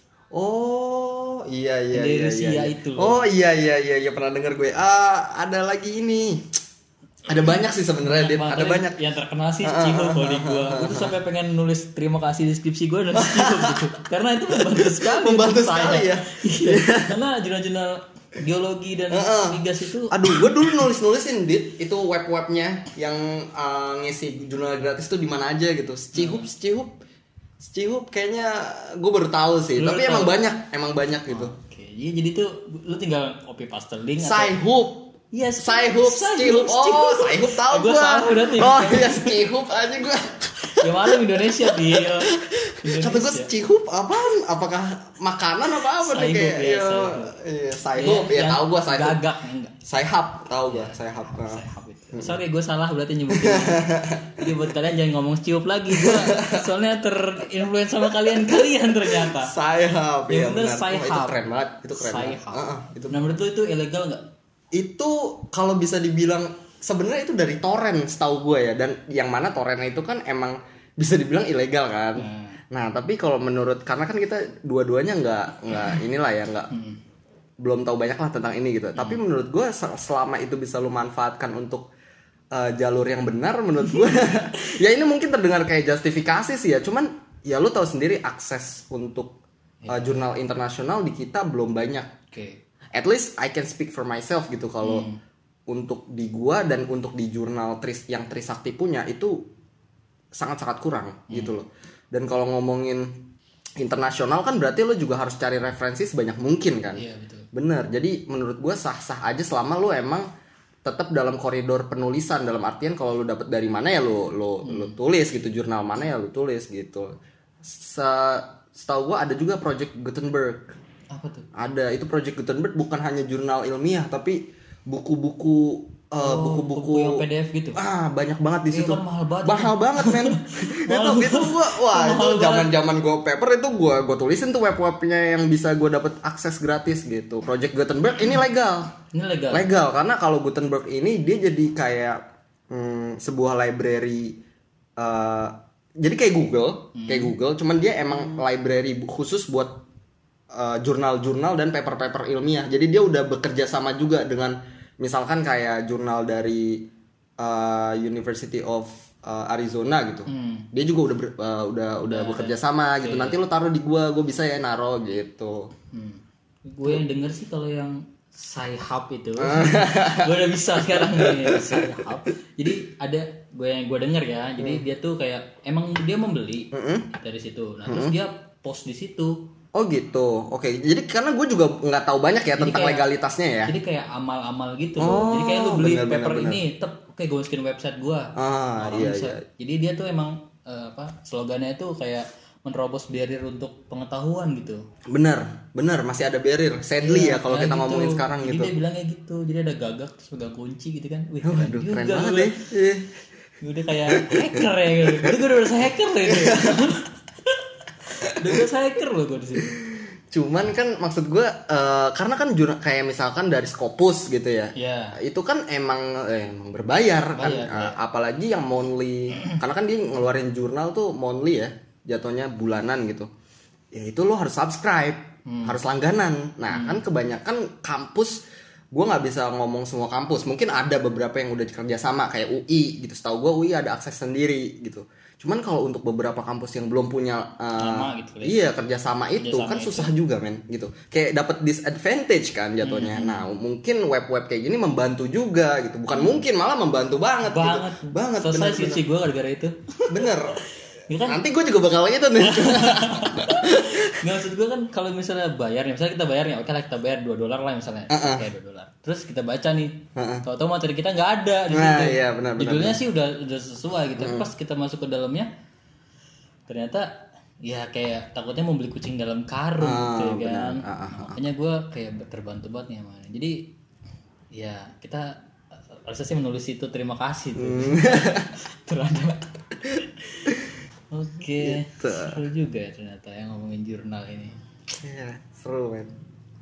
Oh iya iya Dari iya, Rusia iya, iya. itu loh. Oh iya iya iya iya pernah dengar gue. Ah ada lagi ini. Ada banyak sih sebenarnya, Dit. Ada Makanya banyak. yang terkenal sih Cihup kalau di gua. Gue tuh sampai pengen nulis terima kasih di skripsi gue dan Cihup gitu. Karena itu membantu sekali. Membantu untuk saya. sekali ya. Iya. Karena jurnal-jurnal geologi dan migas itu Aduh, gue dulu nulis-nulisin, Dit. Itu web-webnya yang uh, ngisi jurnal gratis tuh di mana aja gitu. Cihup, Cihup. Cihup kayaknya gue baru tahu sih. Lu Tapi tahu? emang banyak, emang banyak gitu. Oke, jadi, jadi tuh lu tinggal copy paste link atau Saihup. Iya, Saihup, Cihup. Oh, Saihup tahu Gua gue. salah berarti. Oh iya, Cihup aja gue. Ya malam Indonesia di Kata gue Cihup apaan? Apakah makanan apa apa nih Saihup, kayak? ya, Iya, Saihup. iya, Saihup. Ya yang tahu gue Saihup. Gagak enggak. Saihap tahu gue, Saihap. Saihup itu. Sorry gue salah berarti nyebutin. Jadi buat kalian jangan ngomong Cihup lagi gua. Soalnya terinfluence sama kalian kalian ternyata. Saihap. Ya Iya bener benar. Oh, Saihap. itu keren banget, itu keren banget. Saihap. Heeh, itu Nah menurut lu itu ilegal enggak? itu kalau bisa dibilang sebenarnya itu dari torrent setahu gue ya, dan yang mana torrentnya itu kan emang bisa dibilang ilegal kan. Hmm. Nah tapi kalau menurut, karena kan kita dua-duanya nggak nggak inilah ya nggak Hmm. belum tahu banyak lah tentang ini gitu. Tapi menurut gue sel- selama itu bisa lu manfaatkan untuk uh, jalur yang benar, menurut gue ya ini mungkin terdengar kayak justifikasi sih ya. Cuman ya lu tahu sendiri akses untuk uh, jurnal internasional di kita belum banyak. Oke. At least I can speak for myself gitu kalau untuk di gua dan untuk di jurnal Tris yang Trisakti punya itu sangat-sangat kurang gitu loh. Dan kalau ngomongin internasional kan berarti lo juga harus cari referensi sebanyak mungkin kan. Iya betul. Bener. Jadi menurut gua sah-sah aja selama lo emang tetap dalam koridor penulisan, dalam artian kalau lo dapet dari mana ya lo lo lo tulis gitu, jurnal mana ya lo tulis gitu. Se- Setahu gua ada juga Project Gutenberg. Apa tuh? Ada, itu Project Gutenberg bukan hanya jurnal ilmiah tapi buku-buku uh, Oh, buku-buku buku yang P D F gitu. Ah, banyak banget di Iya, situ. kan mahal banget. Mahal banget, men. itu itu gua wah, itu zaman-zaman gua paper itu gua gua tulisin tuh web-webnya yang bisa gua dapat akses gratis gitu. Project Gutenberg ini legal. Ini legal. Legal karena kalau Gutenberg ini dia jadi kayak hmm, sebuah library uh, jadi kayak Google, kayak Google, cuman dia emang library bu- khusus buat uh, jurnal-jurnal dan paper-paper ilmiah. Jadi dia udah bekerja sama juga dengan misalkan kayak jurnal dari uh, University of uh, Arizona gitu. Hmm. Dia juga udah ber- uh, udah udah bekerja sama gitu. Nanti lo taruh di gua, gua bisa ya naro gitu. Hmm. Gue yang denger sih kalau yang Sci-Hub itu. Gue udah bisa sekarang nih Sci-Hub. Jadi ada gue yang gue denger ya. Jadi mm. dia tuh kayak emang dia membeli mm-hmm. dari situ. Nah, mm-hmm. terus dia post di situ. Oh gitu. Oke. Jadi karena gue juga nggak tahu banyak ya jadi tentang kayak, legalitasnya ya. Jadi kayak amal-amal gitu. Oh, jadi kayak lu beli bener, paper bener, ini, tep oke gue masukin website gue. Ah, nah, iya, iya. Jadi dia tuh emang uh, apa? Slogannya itu kayak menerobos barrier untuk pengetahuan gitu. Bener, bener masih ada barrier. Sadly iya, ya kalau kita gitu. Ngomongin sekarang jadi gitu. Jadi dia bilangnya gitu. Jadi ada gagak terus pegang kunci gitu kan. Wih, oh, keren, aduh, keren juga banget deh. Ya. Udah kayak hacker ya gitu. Jadi gue udah berasa hacker ya. Udah berasa hacker loh gue di sini. Cuman kan maksud gue uh, karena kan jurnal kayak misalkan dari Scopus gitu ya. Yeah. Itu kan emang eh, emang berbayar, berbayar kan. Ya. Uh, apalagi yang monthly. Karena kan dia ngeluarin jurnal tuh monthly ya. Jatuhnya bulanan gitu. Ya itu lo harus subscribe, hmm. harus langganan. Nah, hmm. kan kebanyakan kampus gue nggak bisa ngomong semua kampus. Mungkin ada beberapa yang udah kerja sama kayak U I gitu. Setahu gue U I ada akses sendiri gitu. Cuman kalau untuk beberapa kampus yang belum punya uh, gitu, iya kerjasama itu kerjasama kan itu. Susah juga men gitu. Kayak dapat disadvantage kan jatuhnya. Hmm. Nah mungkin web-web kayak gini membantu juga gitu. Bukan hmm. mungkin malah membantu banget. Banget. Gitu. Banget. Selesai skripsi gue gara-gara itu. Bener. Ya kan? Nanti gue juga bakal gitu nih. Nggak maksud gue kan kalau misalnya bayar, misalnya kita bayar ya, oke lah kita bayar dua dolar lah misalnya, uh-uh. kayak dua dolar. Terus kita baca nih, uh-uh. tahu-tahu materi kita nggak ada di nah, situ. Iya, benar, judulnya benar, sih udah udah sesuai gitu. Uh-uh. Pas kita masuk ke dalamnya, ternyata ya kayak takutnya membeli kucing dalam karung uh, gitu kan. Uh-uh. Makanya gue kayak terbantu banget nih sama ini. Jadi ya kita harusnya sih menulis itu terima kasih tuh hmm. terhadap. Oke, gitu. Seru juga ya ternyata yang ngomongin jurnal ini. Iya, seru men.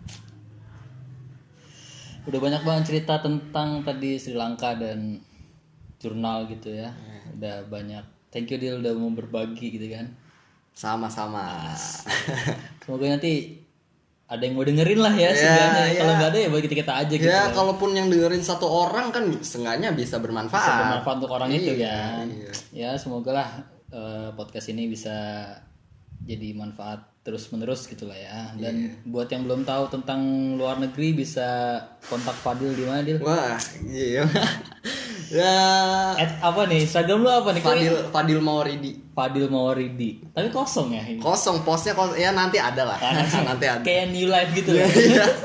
Udah banyak banget cerita tentang tadi Sri Lanka dan jurnal gitu ya. Hmm. Udah banyak. Thank you Dil udah mau berbagi gitu kan. Sama-sama. Semoga nanti ada yang mau dengerin lah ya, seenggaknya. Ya. Kalau nggak ada ya bagi kita aja gitu. Ya, kalaupun yang dengerin satu orang kan seenggaknya bisa bermanfaat. Bisa bermanfaat untuk orang iya, itu kan. Iya. Ya, semoga lah Uh, podcast ini bisa jadi manfaat terus menerus gitulah ya. Dan yeah. buat yang belum tahu tentang luar negeri bisa kontak Fadil di mana Dil? Wah iya. Ya. At apa nih Instagram lu apa nih? Fadil Fadil Mawaridi. Fadil Mawaridi. Tapi kosong ya ini. Kosong postnya kosong. Ya nanti ada lah. Nanti ada. Kayak new life gitu ya.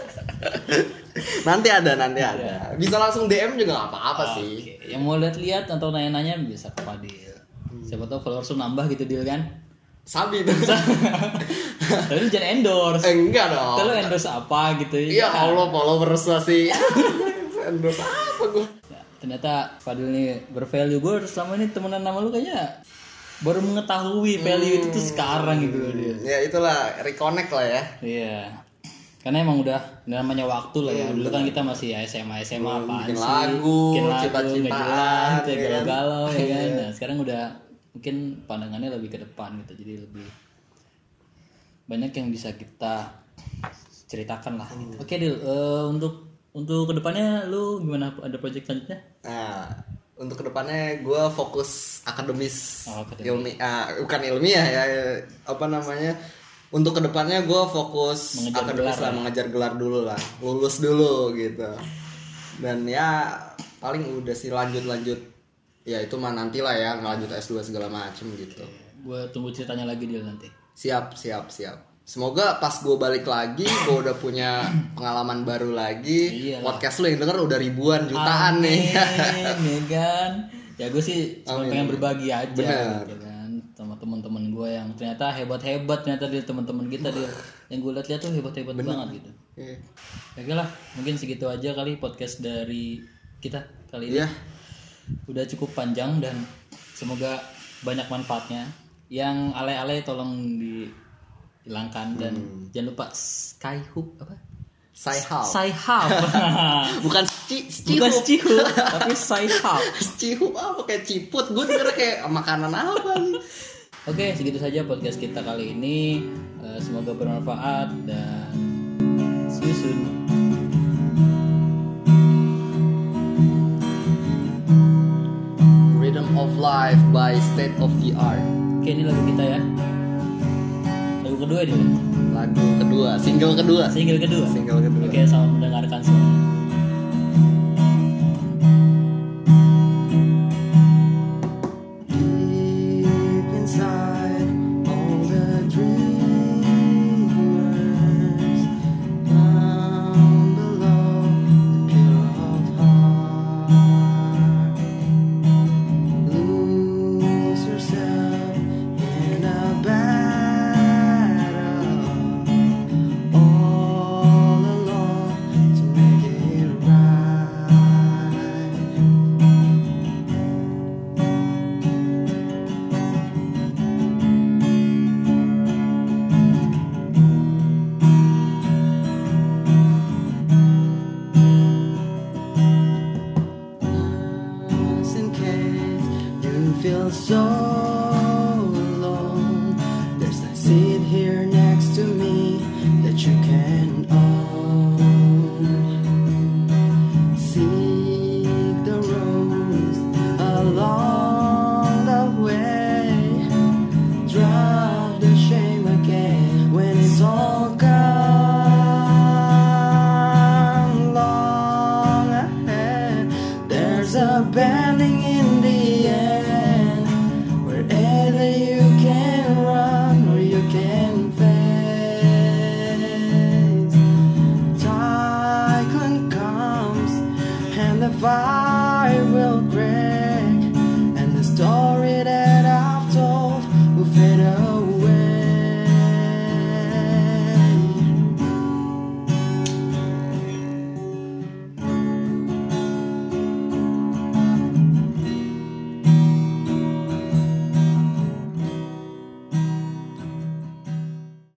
Nanti ada, nanti ada. Bisa langsung D M juga nggak apa-apa oh, sih. Okay. Yang mau lihat-lihat atau nanya-nanya bisa ke Fadil. Siapa tahu followers lu nambah gitu Dil kan? Sabi tuh. Tapi lu jangan endorse. Eh, enggak dong. Terus endorse apa gitu ya? Iya Allah followers sih. Endorse apa gue? Ya, ternyata Fadil nih bervalue. Gue selama ini temenan sama lu kayaknya baru mengetahui value hmm. itu tuh sekarang gitu dia. Ya itulah reconnect lah ya. Iya. Karena emang udah namanya waktu lah ya. Dulu kan kita masih S M A S M A apaan sih? Bikin lagu, bikin lagu, cita-citaan, gitu, ya galau-galau ya kan. Nah, sekarang udah mungkin pandangannya lebih ke depan gitu. Jadi lebih banyak yang bisa kita ceritakan lah gitu. Oke Dil, uh, untuk untuk kedepannya lu gimana, ada project selanjutnya? Nah, untuk kedepannya gue fokus akademis, oh, ilmi, uh, bukan ilmiah ya, apa namanya? Untuk kedepannya gue fokus mengejar akademis gelar, lah, ya? mengejar gelar dulu lah, lulus dulu gitu. Dan ya paling udah sih lanjut-lanjut. Ya itu mah nanti lah ya, ngelanjut S dua segala macem gitu. Gue tunggu ceritanya lagi dia nanti. Siap, siap, siap. Semoga pas gue balik lagi, gue udah punya pengalaman baru lagi. Iyalah. Podcast lu yang denger udah ribuan, jutaan Amin, nih. ya kan. Ya gue sih cuma Amin. pengen berbagi aja. Bener. Gitu kan. Sama teman-teman gue yang ternyata hebat-hebat, ternyata dia teman-teman kita dia yang gue lihat-lihat tuh hebat-hebat Bener. banget gitu. Iya. Oke lah, mungkin segitu aja kali podcast dari kita kali ini. Iya. Udah cukup panjang dan semoga banyak manfaatnya. Yang alay-alay tolong dihilangkan dan hmm. jangan lupa Skyhook apa? Sci-Hub. Sci-Hub. Bukan ci, Bukan Sci-Hub, tapi Sci-Hub. Sci-Hub apa kayak ciput? Gue denger kayak makanan apa nih. Oke, segitu saja podcast kita kali ini. Uh, semoga bermanfaat dan see you soon. Rhythm of Life by State of the Art. Oke, ini lagu kita ya. Lagu kedua ini. lagu kedua, single kedua. Single kedua. Single kedua. Oke, selamat mendengarkan semua.